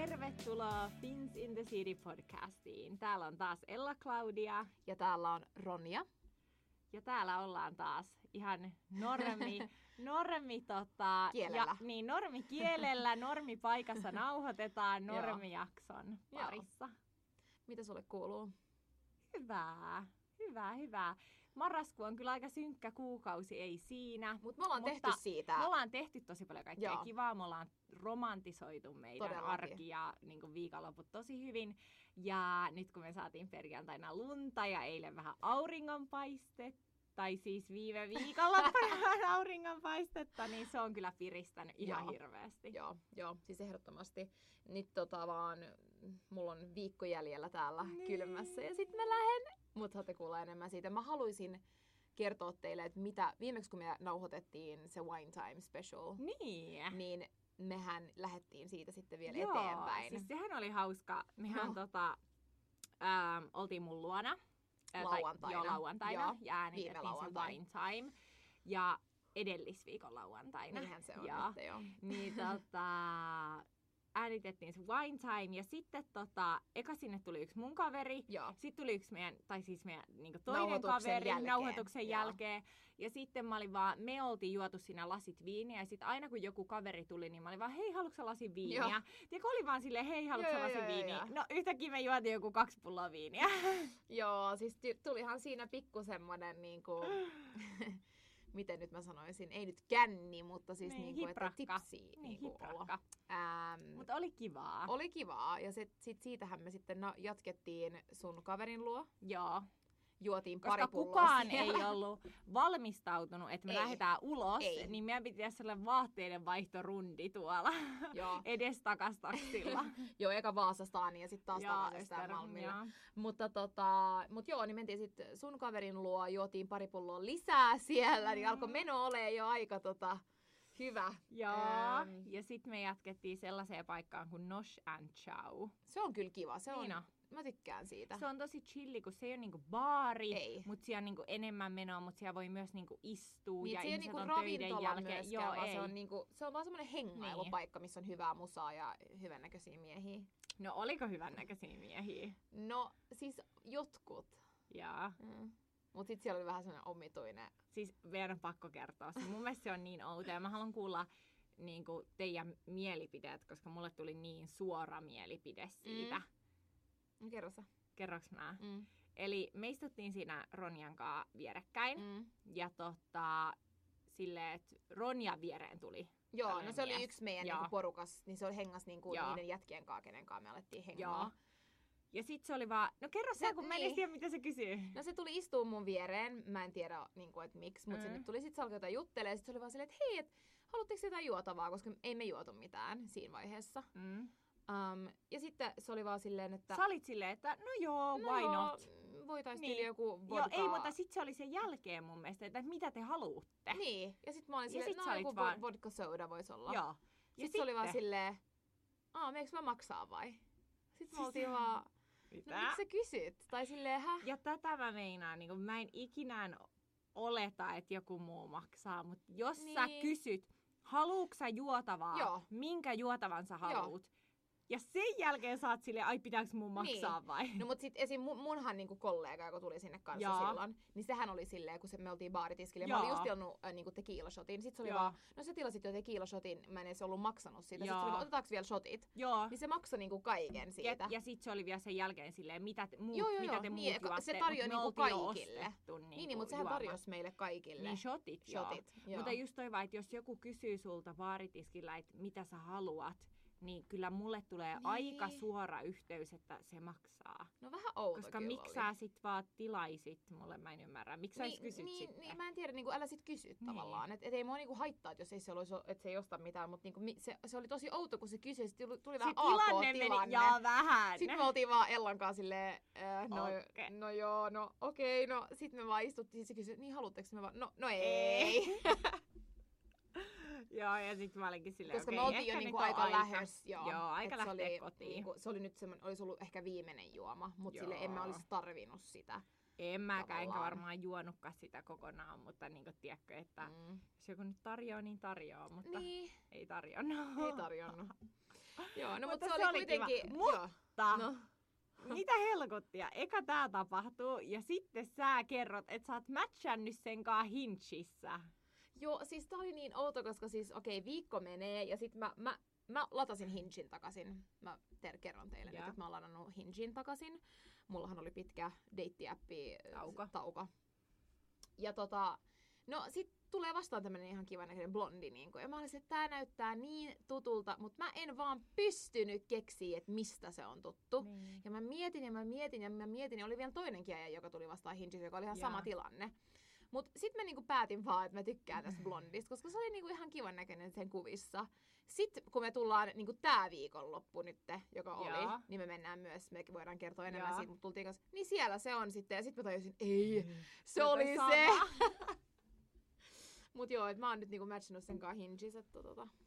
Tervetuloa Fins in the City podcastiin. Täällä on taas Ella-Claudia. Ja täällä on Ronja. Ja täällä ollaan taas ihan normikielellä, normipaikassa nauhoitetaan normijakson parissa. Mitä sulle kuuluu? Hyvää. Marraskuu on kyllä aika synkkä kuukausi, ei siinä. Mutta me ollaan tehty siitä. Me ollaan tehty tosi paljon kaikkea kivaa. Me ollaan romantisoitu meidän Todellakin. arki ja niin viikonloput tosi hyvin. Ja nyt kun me saatiin perjantaina lunta ja eilen vähän auringonpaistetta, tai siis viime viikonloppuna auringonpaistetta, niin se on kyllä piristänyt ihan hirveästi. Joo, siis ehdottomasti. Nyt vaan, mulla on viikko jäljellä täällä kylmässä ja sitten mä lähden. Mut saatte kuulla enemmän siitä. Mä haluaisin kertoa teille, että mitä viimeksi kun me nauhoitettiin se Wine Time Special, niin mehän lähdettiin siitä sitten vielä eteenpäin. Siis sehän oli hauska. Mehän oltiin mun luona. Lauantaina. Ja äänitettiin se Wine Time. Ja edellisviikon lauantaina. Niinhän se on nyt jo. Niin äänitettiin se Wine Time. Ja sitten eka sinne tuli yksi mun kaveri. Sitten tuli yksi meidän niinku toinen kaveri nauhoituksen jälkeen. Ja sitten me oltiin juotu siinä lasit viiniä. Ja sitten aina kun joku kaveri tuli, niin mä olin vaan, hei, haluatko sä lasin viiniä? Ja kun oli vaan silleen, hei, haluatko sä lasin viiniä? No yhtäkkiä me juotiin joku 2 pulloa viiniä. Joo, siis tulihan siinä pikku semmonen niinku... Miten nyt mä sanoisin, ei nyt känni, mutta siis niinku, että tipsi niinku olo. Mutta oli kivaa. Oli kivaa, ja siitähän me sitten jatkettiin sun kaverin luo. Joo. Juotiin koska pari pulloa kukaan siellä. ei ollut valmistautunut, että me lähdetään ulos, niin meidän piti tehdä sellainen vaatteiden vaihtorundi tuolla edestakas taksilla. Joo, eka Vaasastaan ja sitten taas takaisin Malmilla. Mutta niin mentiin sitten sun kaverin luo, juotiin pari pulloa lisää siellä, niin alkoi meno olemaan jo aika hyvä. Joo, ja sitten me jatkettiin sellaiseen paikkaan kuin Nosh and Chow. Se on kyllä kiva, se on. Mä tykkään siitä. Se on tosi chilli, kun se ei ole niinku baari, mutta siellä on niinku enemmän menoa, mutta siellä voi myös niinku istua ja ihmiset niinku on töiden jälkeen. Se on vaan semmoinen hengailupaikka, missä on hyvää musaa ja hyvännäköisiä miehiä. No oliko hyvännäköisiä miehiä? No siis jotkut. Jaa. Mutta sitten siellä oli vähän semmoinen omituinen. Siis meidän on pakko kertoa. Mun mielestä se on niin outo ja mä haluan kuulla niinku teidän mielipiteet, koska mulle tuli niin suora mielipide siitä. Kerro sä. Kerroks mä? Eli me istuttiin siinä Ronjan kanssa vierekkäin. Ja silleen, että Ronjan viereen tuli. Joo, no se oli yksi meidän niinku porukas, niin se oli hengas niinku niiden jätkien kanssa, kenen kanssa me alettiin hengaa. Joo. Ja sit se oli vaan, no kerro sä, kun mä en tiedä, mitä se kysyy. No se tuli istua mun viereen, mä en tiedä niinku, että miksi, mutta se nyt tuli sit se alkoi jotain juttelemaan, ja sit se oli vaan silleen, että hei, haluatteko jotain juotavaa, koska ei me juotu mitään siinä vaiheessa. Ja sitten se oli vaan silleen, että... Sä olit silleen, että no joo, why not? Voitaisiin joku vodkaa. Joo, ei, mutta sit se oli sen jälkeen mun mielestä, että mitä te haluutte. Niin, ja sit mä olin silleen, että joku vodka soda voisi olla. Joo. Sitten se oli vaan silleen, meikö mä maksaa vai? Sitten mä oltiin vaan, no miksi sä kysyt? Tai silleen, Ja tätä mä meinaan, niin mä en ikinä oleta, että joku muu maksaa, mutta jos sä kysyt, haluuks sä juotavaa, minkä juotavan sä haluut? Ja sen jälkeen sä oot silleen, ai pitääkö mun maksaa vai? No mut sit esim. Munhan niinku kollega, joka tuli sinne kanssa silloin, niin sehän oli silleen, kun me oltiin baaritiskillä. Mä olin just tilannut niinku tequila-shotin. Sit se oli vaan, no sä tilasit jo tequila-shotin, mä en edes ollut maksanut siitä. Sitten se oli vaan, otetaanko vielä shotit? Niin se maksoi niinku kaiken siitä. Ja sit se oli vielä sen jälkeen silleen, mitä te muut juotte. Se tarjoaa niinku kaikille. Niin, mutta sehän tarjosi meille kaikille. Niin shotit. Mutta just toi vaan, että jos joku kysyy sulta baaritiskillä, että mitä sä haluat, niin kyllä mulle tulee aika suora yhteys, että se maksaa. No vähän outo. Koska miksi sä sit vaan tilaisit mulle, mä en ymmärrä. Miksi sä kysyt sitten? Niin, mä en tiedä, niin älä sit kysy tavallaan. Et ei mua niinku haittaa, että jos ei se olisi, että se ei osta mitään, mutta niinku, se oli tosi outo, kun se kysyi, sit tuli vähän AK-tilanne. Ja vähän. Sitten me oltiin vaan Ellan kanssa silleen, no sitten me vaan istuttiin, se kysyi, niin haluatteko me vaan, no ei. Joo, ja sitten mä olinkin silleen, koska me oltiin jo niinku aika lähes. Joo, aika lähteä kotiin. Niinku, se oli nyt semmoinen, olisi ollut ehkä viimeinen juoma, mutta sille en mä olisi tarvinnut sitä. En mäkään, enkä varmaan juonutkaan sitä kokonaan, mutta niinku tiedätkö, että jos joku nyt tarjoaa, niin tarjoaa, mutta ei tarjonnut. Ei tarjonnut. Joo, no mutta se oli kuitenkin... Kiva. Mutta... No. Mitä helkottia? Eka tää tapahtuu ja sitten sä kerrot, että sä oot matchannut sen kaa Hinchissä. Joo, siis tää oli niin outo, koska siis viikko menee ja sit mä latasin Hingin takaisin. Mä kerron teille nyt, että mä oon ladannut Hingin takaisin. Mullahan oli pitkä deittiäppi tauko. Ja no sit tulee vastaan tämmönen ihan kiva näköinen blondi niinku. Ja mä olisin, että tää näyttää niin tutulta, mutta mä en vaan pystynyt keksiä, että mistä se on tuttu. Niin. Ja mä mietin. Ja oli vielä toinenkin ajan, joka tuli vastaan Hingissä, joka oli ihan sama tilanne. Mut sit mä niinku päätin vaan, että mä tykkään tästä blondista, koska se oli niinku ihan kivan näköinen sen kuvissa. Sitten kun me tullaan niinku tää viikonloppu nyt, joka oli, niin me mennään myös, me voidaan kertoa enemmän siitä, mutta tultiin kanssa, niin siellä se on sitten. Ja sit mä tajusin, ei, se oli se. Mut joo, et mä oon nyt niinku matchinut sen kaa Hingissä, että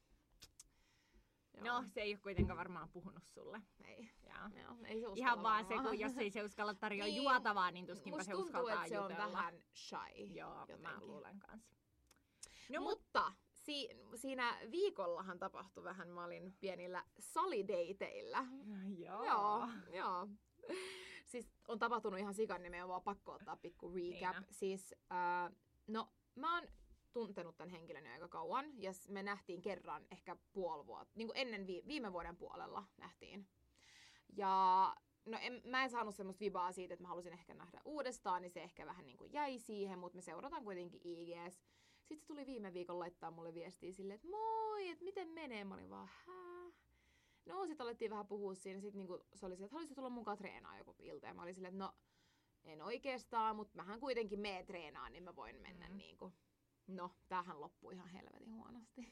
No, se ei oo kuitenkaan varmaan puhunut sulle. Ei. Joo, ei se ihan vaan se, kun jos ei se uskalla tarjoa niin, juotavaa, niin tuskinpä se uskaltaa jutella. Musta tuntuu, että se on vähän shy. Joo, jotenkin. Mä luulen kanssa. No, mutta siinä viikollahan tapahtui vähän, mä olin pienillä salideiteillä. Joo. Siis on tapahtunut ihan sikan, niin meidän on vaan pakko ottaa pikku recap. Niin. Siis, no mä oon tuntenut tämän henkilön jo aika kauan, ja me nähtiin kerran ehkä puoli vuotta, niin kuin ennen viime vuoden puolella nähtiin. Ja no mä en saanut semmoista vibaa siitä, että mä halusin ehkä nähdä uudestaan, niin se ehkä vähän niin kuin jäi siihen, mutta me seurataan kuitenkin IGS. Sitten se tuli viime viikon laittaa mulle viestiä silleen, että moi, että miten menee? Mä olin vaan, No, sit alettiin vähän puhua siinä, sit niinku se oli silleen, että haluaisit tulla mukaan treenaa joku ilta. Ja mä olin silleen, että no, en oikeastaan, mutta mähän kuitenkin mene treenaan, niin mä voin mennä niinku. No, tämähän loppui ihan helvetin huonosti.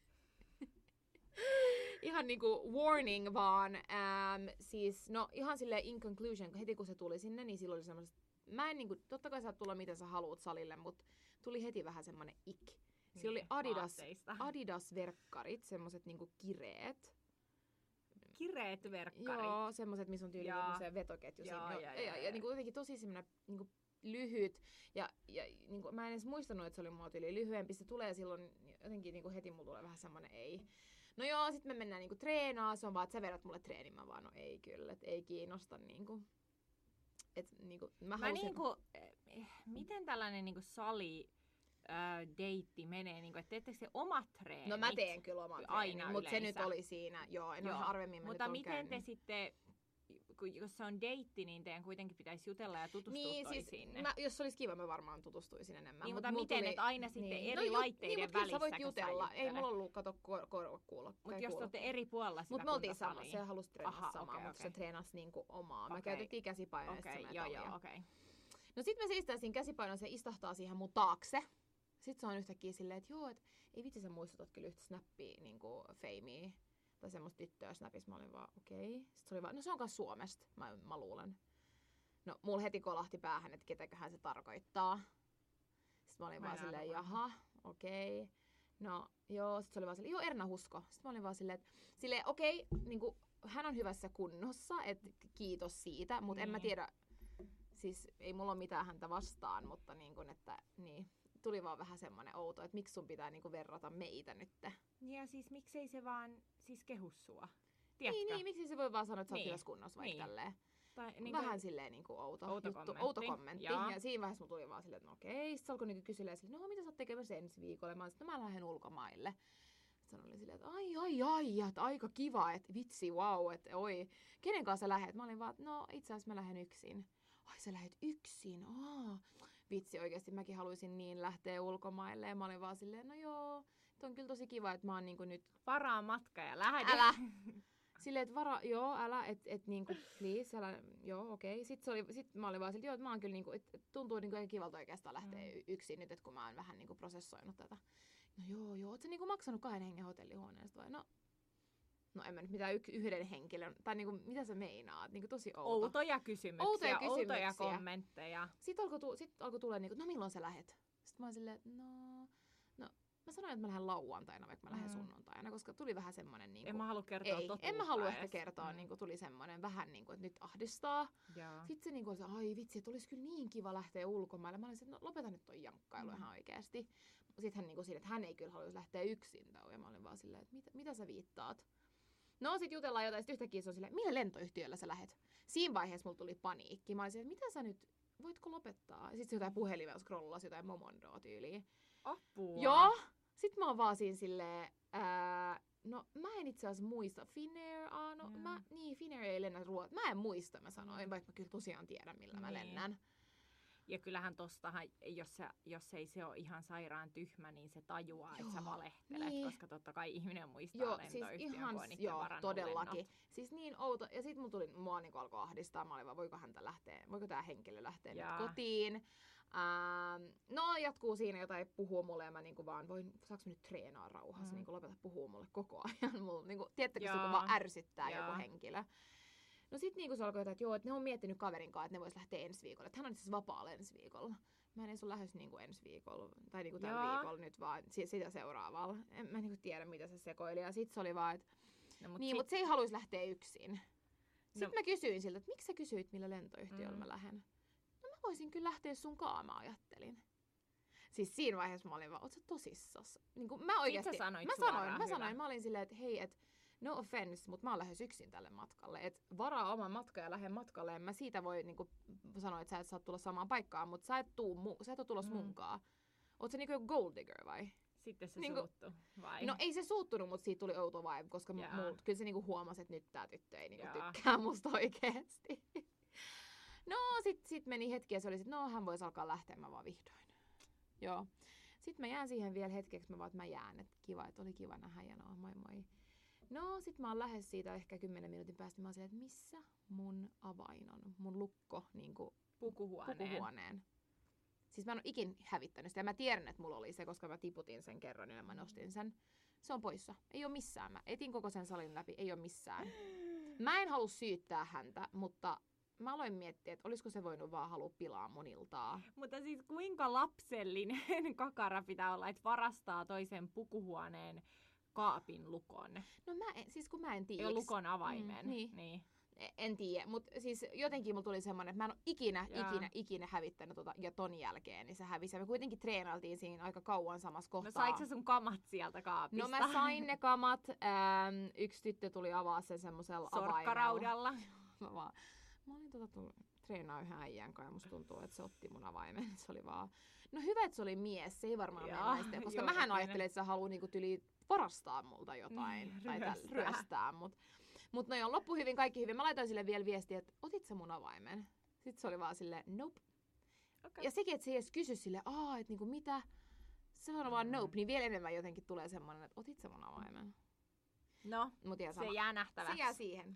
Ihan niinku warning vaan. Siis, no ihan silleen in conclusion, heti kun se tuli sinne, niin silloin oli semmoiset, mä en niinku, totta kai saat tulla miten sä haluut salille, mutta tuli heti vähän semmonen ik. Siellä oli Adidas-verkkarit, semmoset niinku kireet. Kireet verkkarit? Joo, semmoset, missä on tyyliin se vetoketju siinä. Ja niinku jotenkin tosi semmonen niinku lyhyt. Ja niinku, mä en edes muistanut, että se oli mua tyyliin lyhyempi. Se tulee silloin jotenkin niinku heti mulla tulee vähän semmonen ei. No joo, sit me mennään niinku treenaa, se on vaan, että sä vedät mulle treenin. Mä vaan, no ei kyllä, et ei kiinnosta niinku. Et niinku, mä halusin... niinku, miten tällainen niinku sali... deitti menee, niin kuin, että teettekö se omat treenit? No mä teen kyllä omat treenit, mutta se nyt oli siinä. Joo, en ole harvemmin mutta miten te sitten, jos se on deitti, niin teidän kuitenkin pitäisi jutella ja tutustua niin, toisiinne. Siis, jos olisi kiva, mä varmaan tutustuisin enemmän. Niin, mutta miten, että aina sitten eri laitteiden välissä, sä voit jutella. Ei mulla ollut, kato, korvakuulla. Mutta jos olette eri puolella sitä mutta me oltiin sama, se halusi treenata samaa, mutta se treenasi niinku omaa. Me käytettiin käsipainoista. Okei. No sit me seistään siinä käsipainoissa ja istahtaa siihen mun taakse. Sitten se on yhtäkkiä silleen, että joo, et ei vitsi sä muistutat kyllä yhtä snappia niinku feimiä tai semmoista tyttöä snapissa. Mä olin vaan okei. Sitten se oli vaan, no se on kanssa Suomesta, mä luulen. No mulla heti kolahti päähän, että ketäköhän se tarkoittaa. Sitten mä olin vaan silleen, jaha, okei. No joo, sitten se oli vaan silleen, joo Erna Husko. Sitten mä olin vaan silleen, että okei, niinku hän on hyvässä kunnossa, että kiitos siitä, mutta en mä tiedä, siis ei mulla ole mitään häntä vastaan, mutta niin kuin, että niin. Tuli vaan vähän semmoinen outo, että miksi sun pitää niinku verrata meitä nyt. Ja siis miksei se vaan siis kehu sua? Tiedätkö? Niin, miksi se voi vaan sanoa, että sä oot hyvässä kunnossa vaikka tälleen. Tai, niin vähän silleen niinku outo kommentti. Ja siinä vaiheessa mulla tuli vaan silleen, että no okei. Sitten se alkoi niinku kysyä silleen, no mitä sä oot tekemässä ensi viikolla? Mä olin, että mä lähden ulkomaille. Sitten oli silleen, että ai, että aika kiva, että vitsi, wow, että oi. Kenen kanssa sä lähet? Mä olin vaan, että no itse asiassa mä lähden yksin. Ai sä lähet yksin? Vitsi oikeesti, mäkin haluaisin niin lähteä ulkomaille. Ja mä olin vaan silleen, no joo, on kyllä tosi kiva, että mä oon niinku nyt... Varaa matka ja lähde. Älä! Silleen, että älä, että niinku, please, älä, joo, okei. Sit mä olin vaan silleen, joo, että mä oon kyllä niinku, että tuntuu niinku aika kivalta oikeastaan lähteä yksin nyt, että kun mä oon vähän niinku prosessoinut tätä. No joo, oot sä niinku maksanut 2 hengen hotellihuoneesta vai? No en mä nyt mitään yhden henkilön, tai niinku, mitä sä meinaat, niinku tosi outo. Outoja kysymyksiä, outoja kommentteja. Sitten alkoi tulla niinku, no milloin sä lähet? Sitten mä oon silleen, no mä sanoin, että mä lähden lauantaina, vaikka mä lähden sunnuntaina, koska tuli vähän semmonen niinku... En mä halua kertoa totuutta. En mä halua ehkä kertoa, niinku tuli semmonen vähän niinku, että nyt ahdistaa. Ja. Sitten se niinku oli se, ai vitsi, että olisi kyllä niin kiva lähteä ulkomaille. Mä olin että no lopeta nyt toi jankkailu ihan oikeesti. Sitten hän niinku siinä, että hän ei kyllä haluaisi lähteä yksin. Ja mä olin vaan silleen, että mitä sä viittaat? No sit jutellaan jotain, sit yhtäkkiä se on silleen, millä lentoyhtiöllä sä lähet? Siinä vaiheessa mulla tuli paniikki. Mä olisin, että mitä sä nyt, voitko lopettaa? Sitten se jotain puhelimella scrollasi jotain Momondoa tyyliin. Apua. Joo. Sitten mä oon vaan siinä silleen, no mä en itse asiassa muista. Finnair, Finnair ei lennä Ruotsiin. Mä en muista, mä sanoin, vaikka mä kyllä tosiaan tiedän, millä mä lennän. Ja kyllähän tostahan, jos ei se ole ihan sairaan tyhmä, niin se tajuaa, että sä valehtelet, koska totta kai ihminen muistaa lentoyhtiön, kun on itse varannut todellakin. lennot. Siis niin outo. Ja sit mua niinku alkoi ahdistaa. Mä olin vaan, voiko tää henkilö lähteä nyt kotiin. No jatkuu siinä jotain, puhuu mulle ja mä niinku vaan saaks mä nyt treenaa rauhassa, niinku lopeta puhuu mulle koko ajan. Mulla, niinku, tiedättekö se, kun vaan ärsyttää joku henkilö. No sit niinku se alkoi, että ne on miettinyt kaverin kanssa, että ne vois lähteä ensi viikolla. Että hän on itse asiassa vapaalla ensi viikolla. Mä en edes ole lähes niinku ensi viikolla, tai niinku tällä viikolla nyt vaan sitä seuraavalla. En mä niinku tiedä, mitä se sekoili. Ja sit se oli vaan, että mut se ei haluaisi lähteä yksin. Sitten mä kysyin siltä, että miksi sä kysyit, millä lentoyhtiöllä mä lähden? No mä voisin kyllä lähteä sun kaa, mä ajattelin. Siis siinä vaiheessa mä olin vaan, oot sä tosissas? Niinku mä oikeesti, mä sanoin, mä olin silleen, että hei, no offense, mutta mä oon lähes yksin tälle matkalle. Et varaa oman matkan ja lähde matkalle. Mä siitä voi niinku sanoa, että sä et saa tulla samaan paikkaan, mutta sä et ole tulossa munkaan. Oot sä niinku gold digger vai? Sitten se suuttu, vai? No ei se suuttunut, mutta siitä tuli outo vibe, koska kyllä se niinku huomasi, että nyt tää tyttö ei niinku tykkää musta oikeesti. No sit meni hetki ja se oli sit, no hän voisi alkaa lähteä, mä vaan vihdoin. Joo. Sitten mä jään siihen vielä hetkeksi, mä vaan, että mä jään, että kiva, että oli kiva nähdä ja no moi moi. No sit mä oon lähes siitä ehkä 10 minuutin päästä, mä oon silleen, että missä mun avain on, mun lukko niinku pukuhuoneen. Siis mä en oo ikin hävittänyt sitä ja mä tiedän, että mulla oli se, koska mä tiputin sen kerran ja mä nostin sen. Se on poissa. Ei oo missään. Mä etin koko sen salin läpi, ei oo missään. Mä en halua syyttää häntä, mutta mä aloin miettiä, että olisiko se voinut vaan halua pilaa mun iltaa. Mutta siis kuinka lapsellinen kakara pitää olla, että varastaa toisen pukuhuoneen kaapin lukon? No kun mä en tiedä. Ei ole lukon avaimen. Niin. En tiedä, mutta siis jotenkin mulla tuli semmoinen, että mä en ole ikinä hävittänyt ja ton jälkeen, niin se hävisi. Me kuitenkin treenailtiin siinä aika kauan samassa kohtaa. No saitko sä sun kamat sieltä kaapista? No mä sain ne kamat. Yksi tyttö tuli avaa sen semmoisella sorkkaraudalla. Mä olin treenaa yhden äijän kanssa ja musta tuntuu, että se otti mun avaimen. Se oli vaan, no hyvä, että se oli mies, se ei varmaan mene naisten, koska mähän ajattelin, että se haluaa niinku tyli varastaa multa jotain tai ryöstää. Mut no joo, loppu hyvin, kaikki hyvin. Mä laitoin sille vielä viestiä, että otit sä mun avaimen? Sitten se oli vaan silleen, nope. Okay. Ja sekin, että se ei edes kysy silleen, että niinku mitä? Se on vaan nope, niin vielä enemmän jotenkin tulee semmoinen, että otit sä mun avaimen? No, se jää nähtäväksi. Se jää siihen.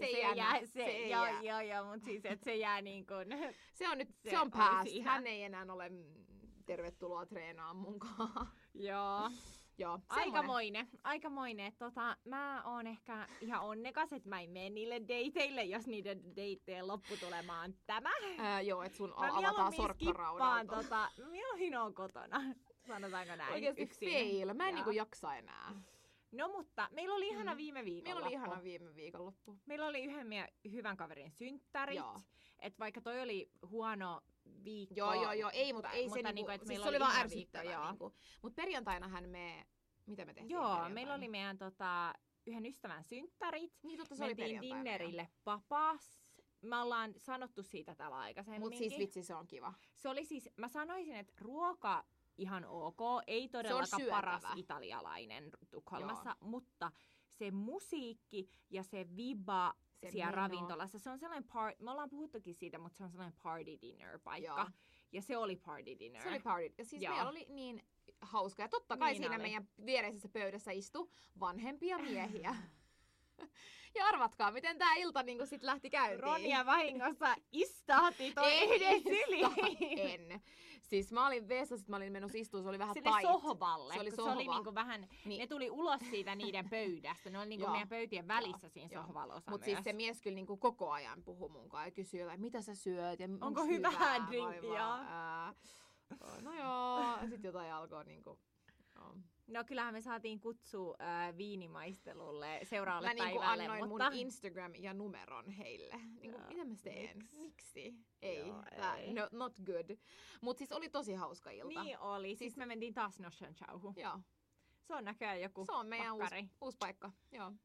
Joo, mutta siis että se jää niin kuin... Se on past. Hän ei enää ole tervetuloa treenaamaan munkaan. Joo. Joo, aikamoinen. Mä oon ehkä ihan onnekas, että mä en mene niille dateille, jos niiden datejen lopputulemaan tämä. Joo, että sun avataan sorkkaraudalta. Mä mieluummin oon kotona, sanotaanko näin. Oikeesti yksin. Fail. Mä en niinku jaksa enää. No mutta meillä oli ihana viime viikonloppu. Meillä oli yhden meidän hyvän kaverin synttärit. Että vaikka toi oli huono viikko. Joo. Ei, mutta ei se niinku, että siis se oli vaan ärsyttävää. Niinku. Mutta perjantainahan mitä me tehtiin? Joo, meillä oli meidän yhden ystävän synttärit. Niin totta, se oli perjantaina. Mentiin dinnerille papas. Me ollaan sanottu siitä täällä aikaisemminkin. Mutta siis vitsi, se on kiva. Se oli siis, mä sanoisin, että ruoka ihan ok, ei todellakaan paras italialainen Tukholmassa, mutta se musiikki ja se viba siellä ravintolassa, se on sellainen me ollaan puhuttukin siitä, mutta se on sellainen party dinner paikka. Joo. Ja se oli party dinner. Se oli party. Ja siis meillä oli niin hauska. Ja totta kai siinä meidän viereisessä pöydässä istui vanhempia miehiä. Ja arvatkaa, miten tää ilta niinku sit lähti käyntiin. Ronja vahingossa istahti toinen syliin. En. Siis mä olin vessassa, mä olin menossa istuun, se oli vähän tight. Sohvalle. Se oli niinku vähän, ne tuli ulos siitä niiden pöydästä. Ne oli niinku meidän pöytien välissä siinä sohvalla osa. Mut siis se mies kyllä niinku koko ajan puhui munkaan ja kysyi jotain, mitä sä syöt ja onko hyvää drinkkiä? No joo, sit jotain alkoi niinku... No kyllähän me saatiin kutsua viinimaistelulle seuraavalle päivälle. Mä annoin mun Instagram ja numeron heille. Mitä mä teen? Miksi? Ei. Not good. Mut siis oli tosi hauska ilta. Niin oli. Siis me mentiin taas Noshon Chauhu. Joo. Se on näköjään joku se on meidän uusi paikka. Joo.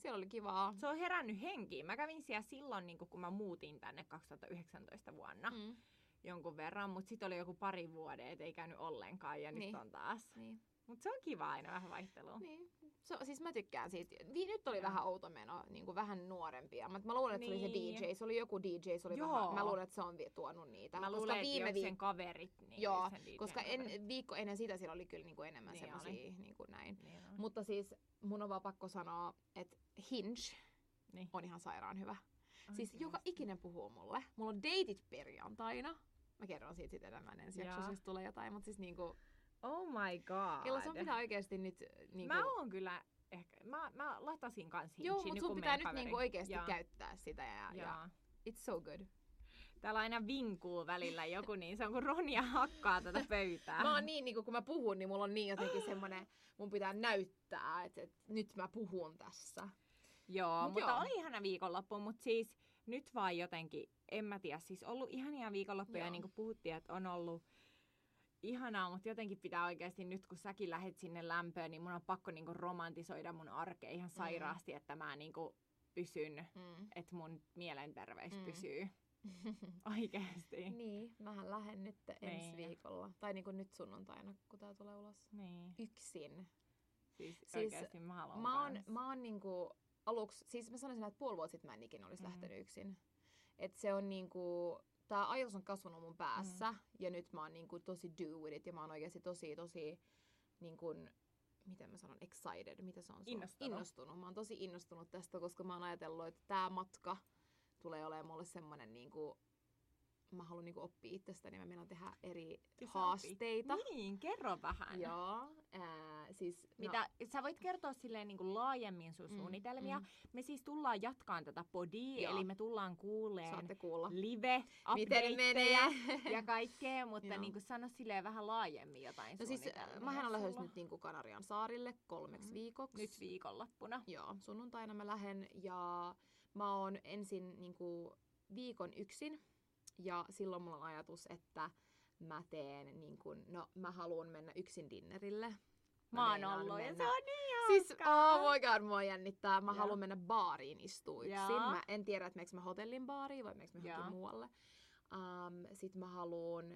Siellä oli kivaa. Se on herännyt henkiin. Mä kävin siellä silloin, niin kun mä muutin tänne 2019 vuonna jonkun verran, mutta sitten oli joku pari vuoden, et ei käynyt ollenkaan ja nyt on taas. Niin. Mutta se on kiva aina vähän vaihtelua. Niin. Siis mä tykkään siitä. Nyt oli vähän outo meno, niin vähän nuorempia. Mä luulen, että se oli se DJ. Se oli joku DJ, se oli vähän, mä luulen, että se on tuonut niitä. Mä luulen, että sen kaverit niin joo, sen DJ:n koska kaverit. Viikko ennen sitä siellä oli kyllä niinku enemmän niin semmosia niinku näin. Niin mutta siis mun on vaan pakko sanoa, että Hinge on ihan sairaan hyvä. Siis joka ikinen puhuu mulle. Mulla on deitit perjantaina. Mä kerron siitä sitten enemmän ensi jaksossa, jos tulee jotain, mutta siis niinku... Oh my god. Kyllä sun pitää oikeesti nyt... Niinku... Mä oon kyllä... Ehkä, mä latasin kans Hingein. Joo, mutta sun pitää nyt niinku oikeesti käyttää sitä ja it's so good. Täällä aina vinkuu välillä joku, niin se on kun Ronja hakkaa tätä pöytää. Mä oon niin, kun mä puhun, niin mulla on niin jotenkin semmonen, mun pitää näyttää, että nyt mä puhun tässä. Joo, mutta oli ihana viikonloppu, mutta siis nyt vaan jotenkin, en mä tiedä, siis ollut ihania viikonloppuja, niin kuin puhuttiin, että on ollut ihanaa, mutta jotenkin pitää oikeasti nyt, kun säkin lähet sinne lämpöön, niin mun on pakko niinku romantisoida mun arkea ihan sairaasti, että mä niinku pysyn, että mun mielenterveys pysyy. Oikeesti. Niin, mähän lähden nyt ensi viikolla. Tai niinku nyt sunnuntaina, kun tää tulee ulos. Niin. Yksin. Siis oikeesti mä haluan mä oon niinku aluksi, siis mä sanoisin, että puoli vuotta sitten mä en ikinä olisi lähtenyt yksin. Et se on niinku, tää ajatus on kasvanut mun päässä ja nyt mä oon niinku tosi do with it ja mä oon oikeesti tosi niinku, miten mä sanon, excited, mitä se on? Innostunut. Mä oon tosi innostunut tästä, koska mä oon ajatellut, että tää matka tulee olemaan mulle semmonen niinku, mä haluan niinku oppia itsestäni, mä meinaan tehdä eri haasteita. Niin, kerro vähän. Joo. Siis, mitä, sä voit kertoa silleen niinku laajemmin sun suunnitelmia. Me siis tullaan jatkaan tätä podia, eli me tullaan kuuleen live-updateja ja kaikkea, mutta niinku sano silleen vähän laajemmin jotain suunnitelmia. Siis mähän olen lähdössä nyt niinku Kanarian saarille 3 viikoksi. Nyt viikonloppuna. Joo, sunnuntaina mä lähden ja mä oon ensin niinku viikon yksin. Ja silloin mulla on ajatus, että mä teen niinku, mä haluan mennä yksin dinnerille. Mä oon ollut ja se on niin hauskaa. Siis oh my god, mua jännittää. Mä haluan mennä baariin istua yksin. Mä en tiedä, että meneekö mä hotellin baariin vai meneekö mä johonkin muualle. Sit mä haluan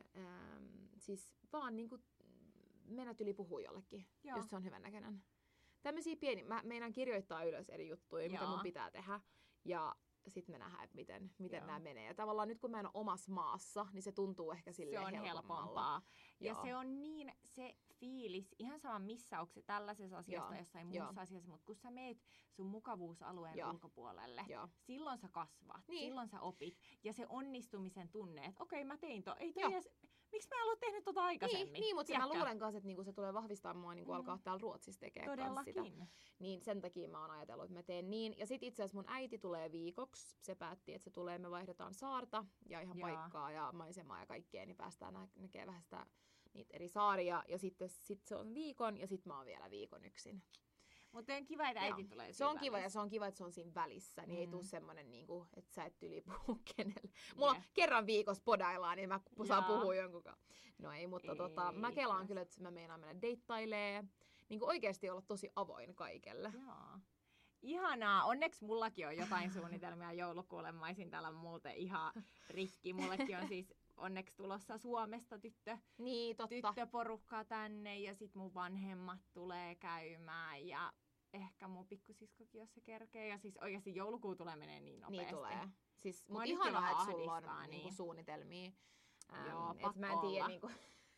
siis vaan niinku mennä yli puhua jollekin, jos se on hyvän näköinen. Tämmösiä pieniä, mä meinaan kirjoittaa ylös eri juttuja, mitä mun pitää tehdä. Ja sitten me nähdään, että miten nämä menee. Ja tavallaan nyt kun mä en ole omassa maassa, niin se tuntuu ehkä silleen helpompaa. Ja se on niin se fiilis, ihan sama missä onko se tällaisessa asiassa tai jossain muussa asiassa, mutta kun sä meet sun mukavuusalueen ulkopuolelle, silloin sä kasvat, silloin sä opit. Ja se onnistumisen tunne, että okei, mä tein ei toi edes, miksi mä en ollut tehnyt tota aikaisemmin? Niin mutta mä luulen kanssa, että niinku se tulee vahvistaa mua niinku alkaa täällä Ruotsissa tekemään sitä. Niin sen takia mä oon ajatellut, että mä teen niin. Ja sit itse asiassa mun äiti tulee viikoksi. Se päätti, että se tulee, me vaihdetaan saarta ja ihan paikkaa ja maisemaa ja kaikkea, niin päästään näkemään vähän sitä niitä eri saaria. Ja sitten se on viikon ja sit mä oon vielä viikon yksin. Mutta on kiva, että äiti tulee se on kiva ja se on kiva, että se on siinä välissä. Niin ei tule semmonen, niinku, että sä et yli puhu kenelle. Mulla kerran viikossa podaillaan, niin mä saan puhua jonkun kanssa. No ei, mutta mä kelaan kyllä, että mä meinaan mennä deittailee. Niin oikeasti olla tosi avoin kaikelle. Joo. Ihanaa. Onneksi mullakin on jotain suunnitelmia joulukuulle. Mä olisin täällä muuten ihan rikki. Mullekin on siis onneksi tulossa Suomesta tyttöporukkaa tänne. Ja sit mun vanhemmat tulee käymään. Ja ehkä mun pikkusiskokin, jos se kerkee. Ja siis oikeasti joulukuu tulee menee niin nopeasti. Niin tulee. Siis, mut ihanaa, että sulla on niinku suunnitelmia. Joo, pakko mä en tiedä, niinku...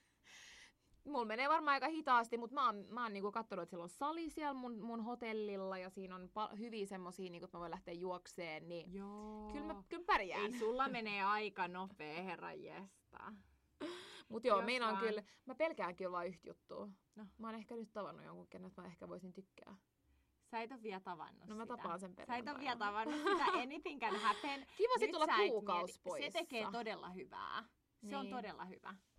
Mulla menee varmaan aika hitaasti, mutta mä oon niinku kattonut, että siellä on sali siellä mun hotellilla ja siinä on hyviä semmosia, niinku, että mä voin lähteä juokseen, niin kyllä mä pärjään. Ei, sulla menee aika nopea, herranjesta. Mut joo, meinaan kyllä, mä pelkään kyllä vaan yhtä juttua. No. Mä oon ehkä nyt tavannut jonkun, kenet mä ehkä voisin tykkää. Sä et oo vielä tavannut sitä. No mä tapaan sen perjantaina. Sä et oo vielä tavannut sitä, anything can happen. Kiva sit olla kuukausi pois. Se tekee todella hyvää. Se on todella hyvä.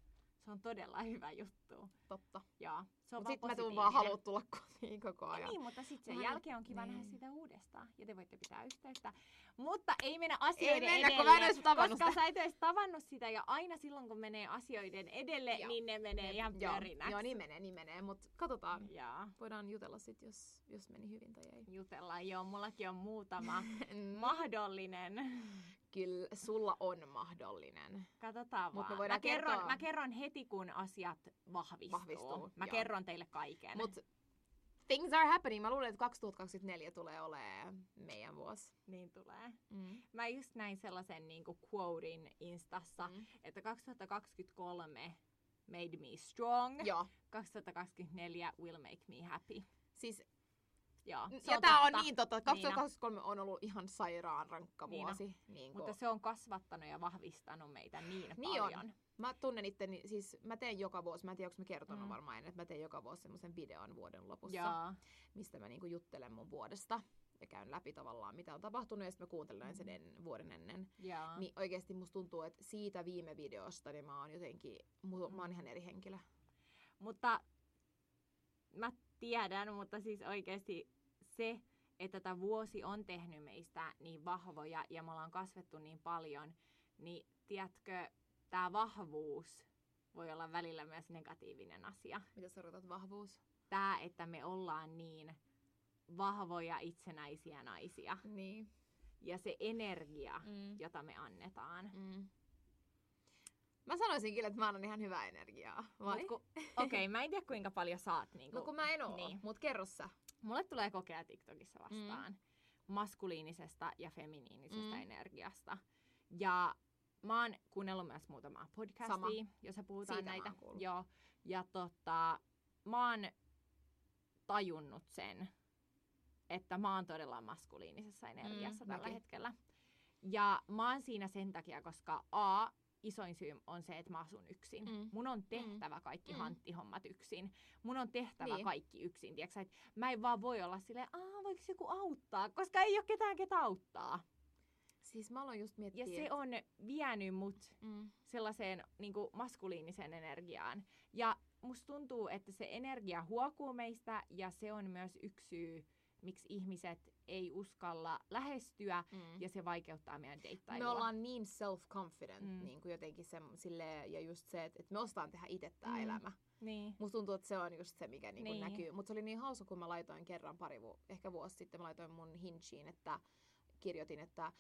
se on todella hyvä juttu. Totta. Joo, se on Mut vaan sit mä tuun vaan haluaa tulla kotiin koko ajan. Niin, mutta sitten sen jälkeen on kiva nähdä sitä uudestaan. Ja te voitte pitää yhteyttä. Mutta ei mennä asioiden edelle, koska sä et edes tavannut sitä. Ja aina silloin, kun menee asioiden edelle, niin ne menee ihan pörinäksi. Joo, niin menee. Mutta katsotaan. Voidaan jutella sit, jos meni hyvin tai ei. Jutellaan, joo. Mullakin on muutama mahdollinen. Kyllä, sulla on mahdollinen. Katsotaan vaan. Mä kerron heti, kun asiat vahvistuu. Mä kerron teille kaiken. Mut things are happening. Mä luulen, että 2024 tulee olemaan meidän vuosi. Niin tulee. Mä just näin sellaisen niinku quotein Instassa, että 2023 made me strong. Joo. 2024 will make me happy. Siis joo, ja tää on niin totta. 2023 on ollut ihan sairaan rankka vuosi. Mutta se on kasvattanut ja vahvistanut meitä niin paljon. On. Mä tunnen itteni, siis mä teen joka vuosi, mä en tiedä, onko mä kertonut varmaan ennen, että mä teen joka vuosi semmoisen videon vuoden lopussa, mistä mä niinku juttelen mun vuodesta ja käyn läpi tavallaan, mitä on tapahtunut, ja sitten mä kuuntelen sen vuoden ennen. Niin oikeesti musta tuntuu, että siitä viime videosta niin mä oon jotenkin, mä oon ihan eri henkilö. Mutta mä tiedän, mutta siis oikeesti se, että tämä vuosi on tehnyt meistä niin vahvoja ja me ollaan kasvettu niin paljon, niin tiedätkö, tämä vahvuus voi olla välillä myös negatiivinen asia. Mitä sä tarkoitat vahvuus? Tämä, että me ollaan niin vahvoja itsenäisiä naisia. Niin. Ja se energia, jota me annetaan. Mä sanoisin kyllä, että mä annan ihan hyvää energiaa. Okei, mä en tiedä kuinka paljon saat. Niinku, no kun mä en oo, mut kerro sä. Mulle tulee kokea TikTokissa vastaan maskuliinisesta ja feminiinisestä energiasta. Ja mä oon kuunnellut myös muutamaa podcastia, jossa puhutaan siitä näitä. Joo. Ja mä oon tajunnut sen, että mä oon todella maskuliinisessa energiassa tällä hetkellä. Ja mä oon siinä sen takia, koska isoin syy on se, että mä asun yksin. Mun on tehtävä kaikki hanttihommat yksin. Mun on tehtävä kaikki yksin. Tiedätkö, että mä en vaan voi olla silleen, voiko joku auttaa, koska ei ole ketään, ketä auttaa. Siis mä aloin just miettiä. Ja se on vienyt mut sellaiseen niinku maskuliiniseen energiaan. Ja musta tuntuu, että se energia huokuu meistä ja se on myös yksi syy, miksi ihmiset ei uskalla lähestyä ja se vaikeuttaa meidän deittailua. Me ollaan niin self-confident niin kuin jotenkin silleen, ja just se, että me ostaan tehdä itse tää elämä. Niin. Musta tuntuu, että se on just se, mikä niin kuin näkyy. Mutta se oli niin hauska, kun mä laitoin kerran ehkä vuosi sitten, mä laitoin mun Hingeen, että kirjoitin, että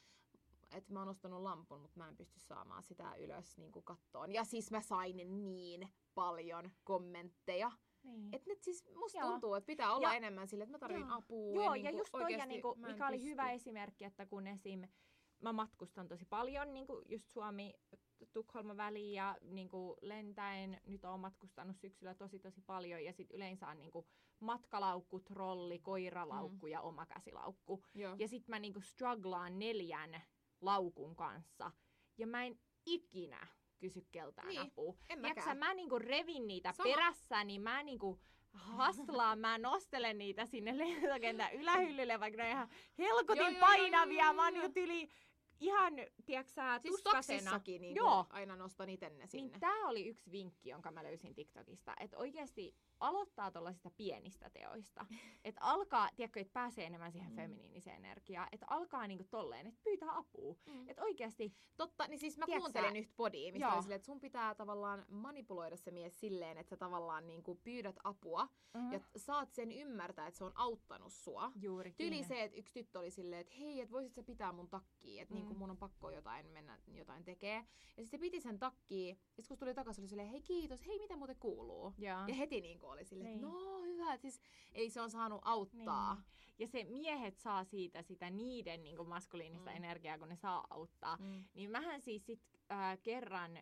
mä oon ostanut lampun, mutta mä en pysty saamaan sitä ylös niin kuin kattoon. Ja siis mä sain niin paljon kommentteja. Niin. Että nyt siis musta tuntuu, että pitää olla enemmän sille, että mä tarvin apua. Joo, ja niinku just toi, niinku, mikä oli hyvä esimerkki, että kun esim. Mä matkustan tosi paljon, niinku just Suomi-Tukholma väliin ja niinku lentäen, nyt oon matkustanut syksyllä tosi paljon ja sit yleensä on niinku matkalaukku, trolli, koiralaukku ja oma käsilaukku. Ja sit mä niinku strugglaan 4 laukun kanssa ja mä en ikinä kysy keltään apua. Tiedätkö, mä niinku revin niitä perässäni, mä niinku haslaan, mä nostelen niitä sinne lentokentän ylähyllylle, vaikka ne on ihan helkotin painavia. Mä oon niinku tyli ihan, tiedätkö siis tuskasena. Niinku aina nostan itse ne sinne. Niin tää oli yksi vinkki, jonka mä löysin TikTokista, että oikeesti aloittaa tuollaisista pienistä teoista. Että alkaa, tiedätkö, että pääsee enemmän siihen feminiiniseen energiaan. Että alkaa niinku tolleen, että pyytää apua. Että oikeesti. Totta, niin siis mä kuuntelen yhtä podia, mistä oli silleen, että sun pitää tavallaan manipuloida se mies silleen, että sä tavallaan niinku pyydät apua. Ja saat sen ymmärtää, että se on auttanut sua. Juurikin. Tyyli se, että yksi tyttö oli silleen, että hei, että voisit sä pitää mun takkiin. Että niinku mun on pakko mennä jotain tekee. Ja sitten se piti sen takkiin. Ja sitten kun tuli takaisin, oli silleen, hei kiitos, hei mitä muuten kuuluu. Ja heti niinku oli silleen, että no hyvä. Siis, eli se on saanut auttaa. Niin. Ja se miehet saa siitä sitä niiden niinku maskuliinista energiaa, kun ne saa auttaa. Niin mähän siis sit kerran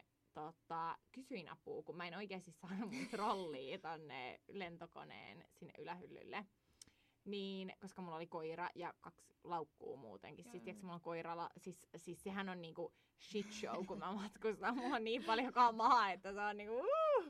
kysyin apua, kun mä en oikeasti saanut mun trollia tonne lentokoneen sinne ylähyllylle. Niin, koska mulla oli koira ja 2 laukkuu muutenkin. Siis tiiäks, mulla on koiralla, siis sehän on niinku shit show, kun mä matkustan. Mulla on niin paljon kamaa, että se on niinku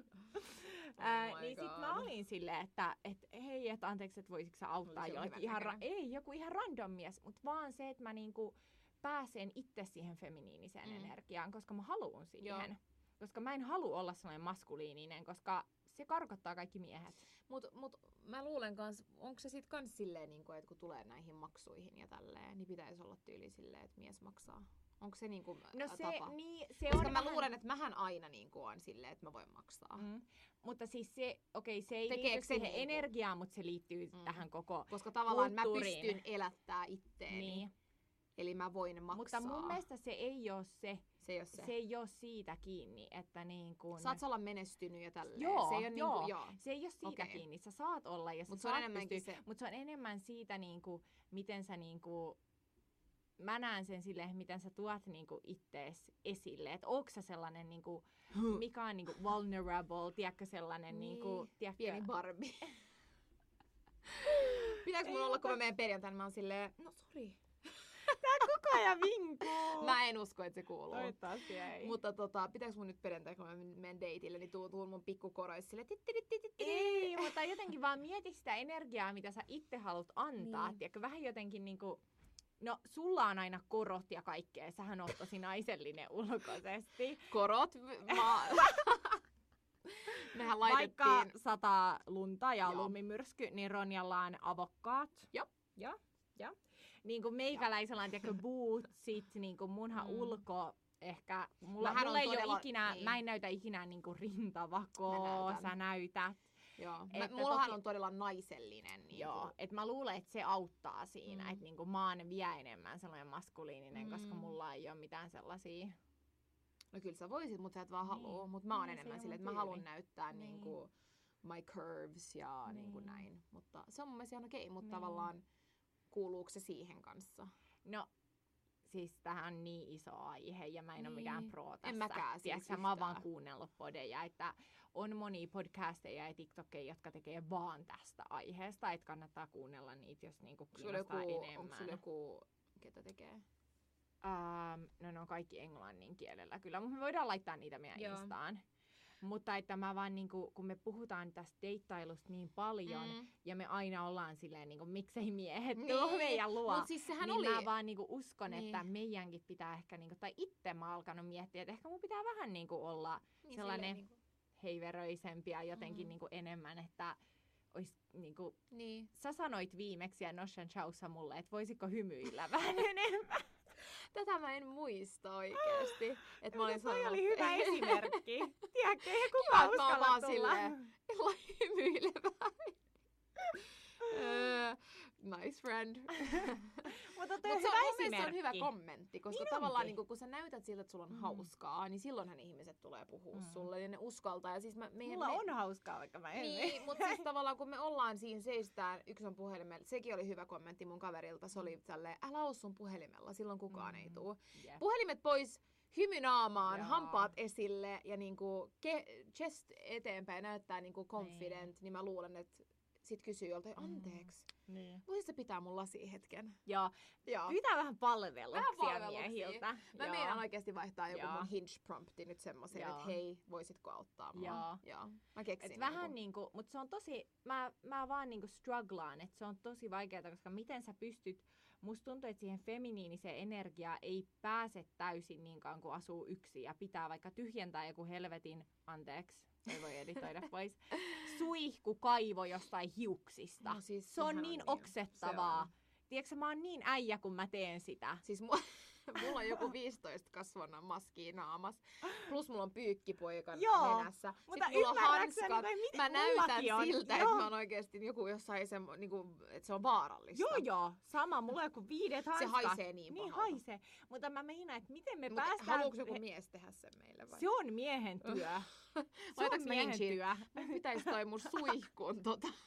niin sit mä olin silleen, että hei, että anteeksi, että voisitko sä auttaa jollakin joku ihan random mies, mutta vaan se, että mä niinku pääsen itse siihen feminiiniseen energiaan, koska mä haluun siihen. koska mä en halua olla sellainen maskuliininen, koska se karkottaa kaikki miehet. Mut mä luulen kans, onko se sit kans silleen, niin että kun tulee näihin maksuihin ja tälleen, niin pitäisi olla tyyli silleen, että mies maksaa. Onko se niinku tapa? Se koska on mä luulen, että mähän aina niinku on silleen, että mä voin maksaa. Mutta siis se ei liity siihen energiaan, mutta se liittyy tähän koko koska tavallaan kulttuuriin. mä pystyn elättää itteeni. Niin. Eli mä voin maksaa. Mutta mun mielestä se ei ole se. Se ei ole se. Se ei ole siitä kiinni, että niin kun... Saat olla menestynyt ja tälleen. Joo, se ei ole joo. Niin kuin, se ei ole siitä kiinni. Sä saat olla ja Mutta se on enemmänkin se. Mutta se on enemmän siitä, niin kuin, miten sä niin kuin, mä näen sen silleen, miten sä tuot niin kuin ittees esille. Että ootko sä sellainen, niin kuin, mikä on niin kuin vulnerable, tiedätkö sellainen... Niin kuin, pieni Barbie. Pitääkö mun olla, kun mä menen perjantaina, mä oon silleen, no sori. Tää koko ajan vinkuu. Mä en usko, että se kuuluu. Toivottavasti ei. Mutta pitääkö mun nyt perjantaina, kun mä menen dateille, niin tuun mun pikkukoroissa silleen ei, mutta jotenkin vaan mieti sitä energiaa, mitä sä itse haluat antaa. Niin. Tiedätkö, vähän jotenkin niinku... No, sulla on aina korot ja kaikkea. Sähän oot tosi naisellinen ulkoisesti. Korot? Mehän laitettiin... Vaikka sataa lunta ja lumimyrsky, niin Ronjalla on avokkaat. Joo. Niin kuin meikäläisellä on tiedätkö bootsit, niin kuin munhan ulko ehkä... Mulla ei ole ikinä, mä en näytä ikinä niin kuin rintavakoa, sä näytät. Joo. Mullahan on todella naisellinen. Niin joo, että mä luulen, että se auttaa siinä, että niinku mä oon vielä enemmän sellainen maskuliininen, koska mulla ei ole mitään sellaisia... No kyllä sä voisit, mutta sä et vaan halua. Mutta mä oon enemmän silleen, että mä haluan näyttää niinku my curves ja niinku näin. Mutta se on mun mielestä ihan okei, mutta tavallaan kuuluuko se siihen kanssa? No, siis tähän on niin iso aihe ja mä en ole mikään pro tässä. En mäkään siis mä oon vaan kuunnellut podeja, että on monia podcasteja ja TikTokeja, jotka tekee vaan tästä aiheesta, että kannattaa kuunnella niitä, jos niinku kiinnostaa enemmän. Onko sulla joku, ketä tekee? No ne on kaikki englannin kielellä kyllä, mutta me voidaan laittaa niitä meidän Instaan. Mutta että mä vaan niinku, kun me puhutaan tästä deittailusta niin paljon ja me aina ollaan silleen niinku, miksei miehet tuu meidän luo. Mut siis sehän niin oli... mä vaan niinku uskon, että meidänkin pitää ehkä niinku, tai itse mä oon alkanut miettiä, että ehkä mun pitää vähän niinku olla sellainen niinku heiveröisempi ja jotenkin niinku enemmän, että ois niinku... Sä sanoit viimeksi ja Noshan Chaussa mulle, että voisiko hymyillä vähän enemmän. Tätä mä en muista oikeesti. Että mä olin sanonut, oli hyvä esimerkki. Tiedätkö, ei kukaan uskalla tulla. Hymyilevää. Nice friend. Mutta se on hyvä kommentti, koska niin tavallaan niin kun sä näytät siltä, että sulla on hauskaa, niin silloinhan ihmiset tulee puhua sulle ja ne uskaltaa. Ja siis mulla on hauskaa, vaikka mä en. Niin, mutta siis tavallaan kun me ollaan siinä seistään, yksi on puhelimella, sekin oli hyvä kommentti mun kaverilta, se oli tälleen, älä oo sun puhelimella, silloin kukaan ei tuu. Yeah. Puhelimet pois, hymy naamaan, hampaat esille ja niinku chest eteenpäin näyttää niinku confident, niin mä luulen, että sit kysyy joltain, anteeksi, voisit sä pitää mun lasia hetken? Joo. Pitää vähän palveluksia miehiltä. Mä meinaan oikeesti vaihtaa joku mun hinge-prompti nyt semmoisen, että hei, voisitko auttaa mua? Joo. Mä keksin. Et vähän niinku, mut se on tosi, mä vaan niinku strugglaan, että se on tosi vaikeaa, koska miten sä pystyt, musta tuntuu, että siihen feminiiniseen energiaan ei pääse täysin niin kauan kuin asuu yksin ja pitää vaikka tyhjentää joku helvetin, anteeksi, ei voi editoida pois, suihkukaivo jostain hiuksista. No siis se on niin oksettavaa. Tiedätkö, mä oon niin äijä, kun mä teen sitä. Siis mulla on joku 15 kasvonnan maskia naamas. Plus mulla on pyykkipoika nenässä. Mutta sitten mulla on hanskat. Mä näytän on. Siltä, että mä oon oikeesti joku jossain niinku, että se on vaarallista. Joo. Sama. Mulla on joku 5 hanskat. Se haisee niin pahalta. Niin haisee. Mutta mä meinaan, että miten me päästään... Haluuks joku mies tehdä sen meille vai? Se on miehen työ. Se on miehen työ. Pitäis toi mun suihkuun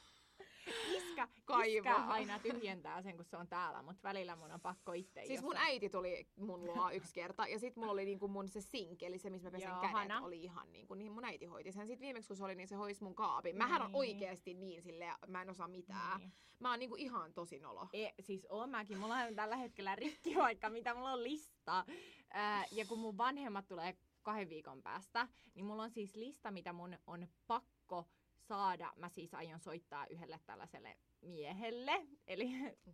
Iskä aina tyhjentää sen, kun se on täällä, mutta välillä mun on pakko itse. Siis mun äiti tuli mun luo yksi kerta ja sit mulla oli niinku mun se sink, eli se missä mä pesen kädet, oli ihan niinku, niin mun äiti hoiti sen. Sit viimeksi kun se oli, niin se hoisi mun kaapin. Mähän on oikeesti niin silleen, mä en osaa mitään. Mä oon niinku ihan tosi nolo. Siis oon mäkin, mulla on tällä hetkellä rikki vaikka, mitä mulla on lista. Ja kun mun vanhemmat tulee 2 viikon päästä, niin mulla on siis lista, mitä mun on pakko saada. Mä siis aion soittaa yhdelle tällaiselle miehelle, eli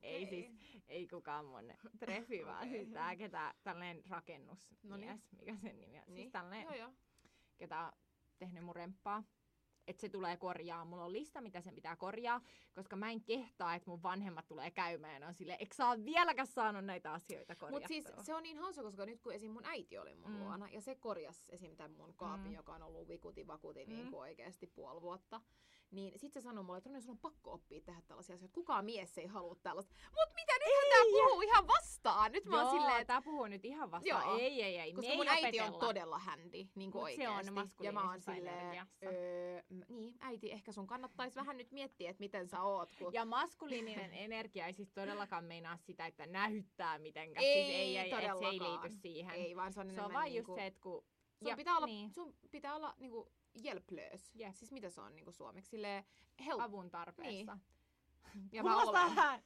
ei kukaan mun treffi, vaan siis tää tällainen rakennusmies, mikä sen nimi on. Siis tällainen ketä on tehnyt mun remppaa. Että se tulee korjaa. Mulla on lista, mitä sen pitää korjaa, koska mä en kehtaa, että mun vanhemmat tulee käymään ja on silleen, eikö sä oot vieläkään saanut näitä asioita korjattua. Mut siis se on niin hauska, koska nyt kun esim. Mun äiti oli mun luona ja se korjasi esim. Tämän mun kaapin, joka on ollut vikuti niin kuin oikeasti puoli vuotta. Niin sit se sanoi mulle, että Ronja, sun on pakko oppia tehdä tällaisia asioita. Kukaan mies ei halua tällaista. Mut mitä, nythän tää puhuu ihan vastaan. Nyt mä oon silleen, tää puhuu nyt ihan vastaan. Joo. Ei. Koska mun äiti on todella handy, niin kuin oikeesti. Se on ja mä oon silleen, niin äiti, ehkä sun kannattais vähän nyt miettiä, että miten sä oot. Kun... Ja maskuliininen energia ei siis todellakaan meinaa sitä, että nähyttää mitenkään. Ei, siis ei se ei liity siihen. Ei, vaan se on vaan niinku... just se, että kun... Sun pitää olla niinku hjälplös. Yep. Siis mitä se on niinku suomeksi? Silleen avun tarpeessa. Niin. Ja mä olen.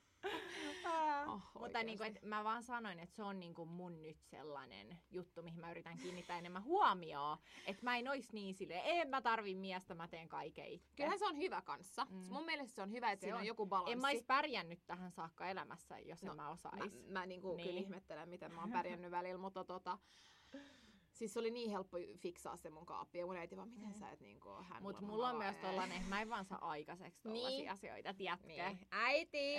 Mutta niinku, mä vaan sanoin, että se on niinku mun nyt sellainen juttu, mihin mä yritän kiinnittää enemmän huomioon. Että mä en ois niin silleen, en mä tarvii miestä, mä teen kaiken itse. Kyllähän se on hyvä kanssa. Mun mielestä se on hyvä, että siinä on joku balanssi. En mä ois pärjännyt tähän saakka elämässä, jos en mä osais. Mä niinku kyllä ihmettelen, miten mä oon pärjännyt välillä, mutta siis se oli niin helppo fiksaa se mun kaappi ja mun äiti vaan, miten sä et niinku handlannut. Mut mulla on myös tollanen, mä en vaan saa aikaiseksi tollasia asioita, tiedätkö? Niin. Äiti!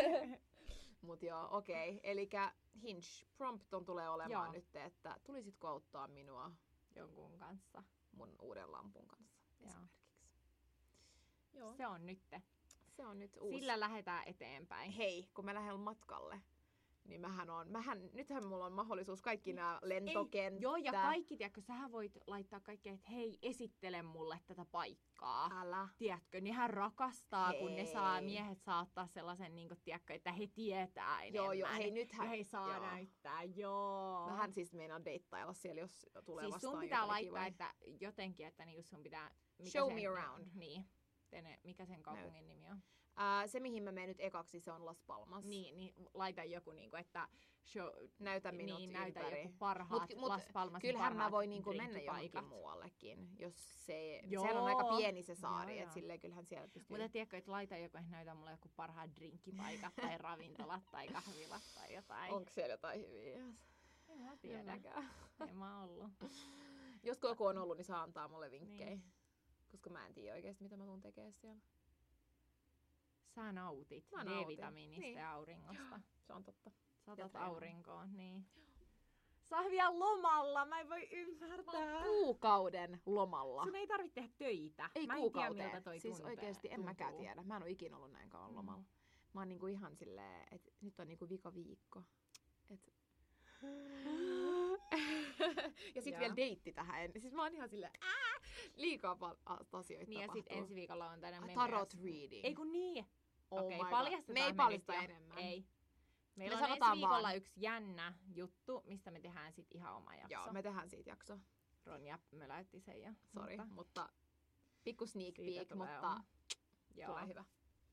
Mut joo, okei. Elikkä Hinge prompt tulee olemaan nyt, että tulisitko auttaa minua jonkun kanssa. Mun uuden lampun kanssa esimerkiksi. Joo. Se on nyt uusi. Sillä lähdetään eteenpäin. Hei, kun mä lähden matkalle, niin nythän mulla on mahdollisuus kaikki nämä lentokenttä. Joo, ja kaikki, tiedätkö, sähän voit laittaa kaikkea, että hei, esittele mulle tätä paikkaa. Älä. Tiedätkö, nehän rakastaa, kun miehet saa ottaa sellaisen, niin kuin, tiedätkö, että he tietää enemmän. Joo, hei nythän. Ja he saa näyttää, joo. Vähän siis meinaa deittailla siellä, jos tulee siis vastaan sun pitää laittaa, että jotenkin, että niinku sun pitää... Show me around. Niin. Mikä sen kaupungin nimi on? Se, mihin mä menen nyt ekaksi, se on Las Palmas. Niin laita joku, niinku, että näytä minut näytä ympäri. Joku parhaat Las Palmasin kyllähän parhaat mä voin niinku mennä johonkin muuallekin, jos sehän on aika pieni se saari, että silleen kyllähän siellä pystyy. Mutta tiedätkö, että laita joku, että näytä mulle joku parhaat drinkkipaikat tai ravintolat tai kahvilat tai jotain. Onko siellä jotain hyviä? En mä tiedä. En mä ollut. Jos joku on ollut, niin saa antaa mulle vinkkejä. Niin. Koska mä en tiedä oikeesti, mitä mä tuun tekemään siellä. Sä nautit D-vitamiinista ja auringosta. Se on totta. Saatat aurinkoon, niin. Sä oot vielä lomalla, mä en voi ymmärtää. Mä oon kuukauden lomalla. Sun ei tarvitse tehdä töitä. Ei mä kuukauteen. En tiedä, miltä toi siis oikeesti en mäkään tiedä. Mä en oo ikinä ollut näin kauan lomalla. Mä oon niinku ihan silleen, että nyt on niinku vika viikko. Ja sit vielä deitti tähän. Siis mä oon ihan silleen, liikaa asioita niin tapahtuu. Ja sit ensi viikolla on tänne mennä. Tarot reading. Ei kun niin. Okei, paljastetaan. Me ei paljasta enemmän. Ei. Meillä on ensi viikolla yksi jännä juttu, mistä me tehdään sit ihan oma jakso. Joo, me tehdään siitä jakso. Ronja möläytti sen jo. Sori, mutta pikku sneak peek, mutta tulee hyvä.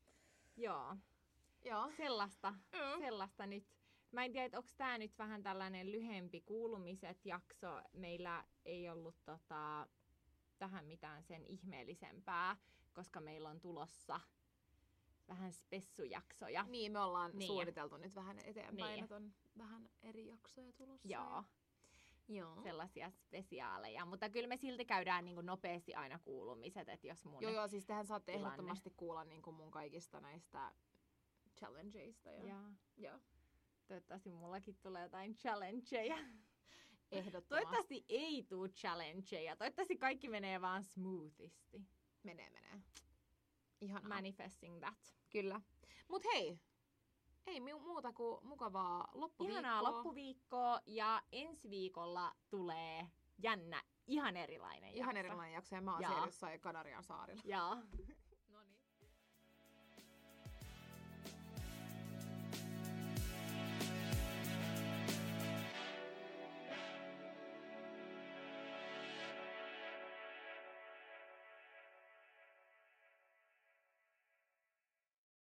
Joo. Sellaista nyt. Mä en tiedä, että onko tää nyt vähän tällainen lyhempi kuulumiset jakso. Meillä ei ollut tähän mitään sen ihmeellisempää, koska meillä on tulossa vähän spessujaksoja. Niin, me ollaan suunniteltu nyt vähän eteenpäin, että on vähän eri jaksoja tulossa. Joo. Sellaisia spesiaaleja. Mutta kyllä me silti käydään niin kuin nopeasti aina kuulumiset, että jos mun Joo, siis tehän saatte ehdottomasti kuulla niin kuin mun kaikista näistä challengeista. Joo. Toivottavasti mullakin tulee jotain challengeja. Ehdottomasti. Toivottavasti ei tuu challengeja. Toivottavasti kaikki menee vaan smoothisti. Menee. Ihanaa. Manifesting that. Kyllä. Mut hei, ei muuta kuin mukavaa loppuviikkoa. Ihanaa loppuviikkoa ja ensi viikolla tulee jännä, ihan erilainen jakso. Ihan erilainen jakso ja mä oon siellä jossain Kanarian saarilla. Joo.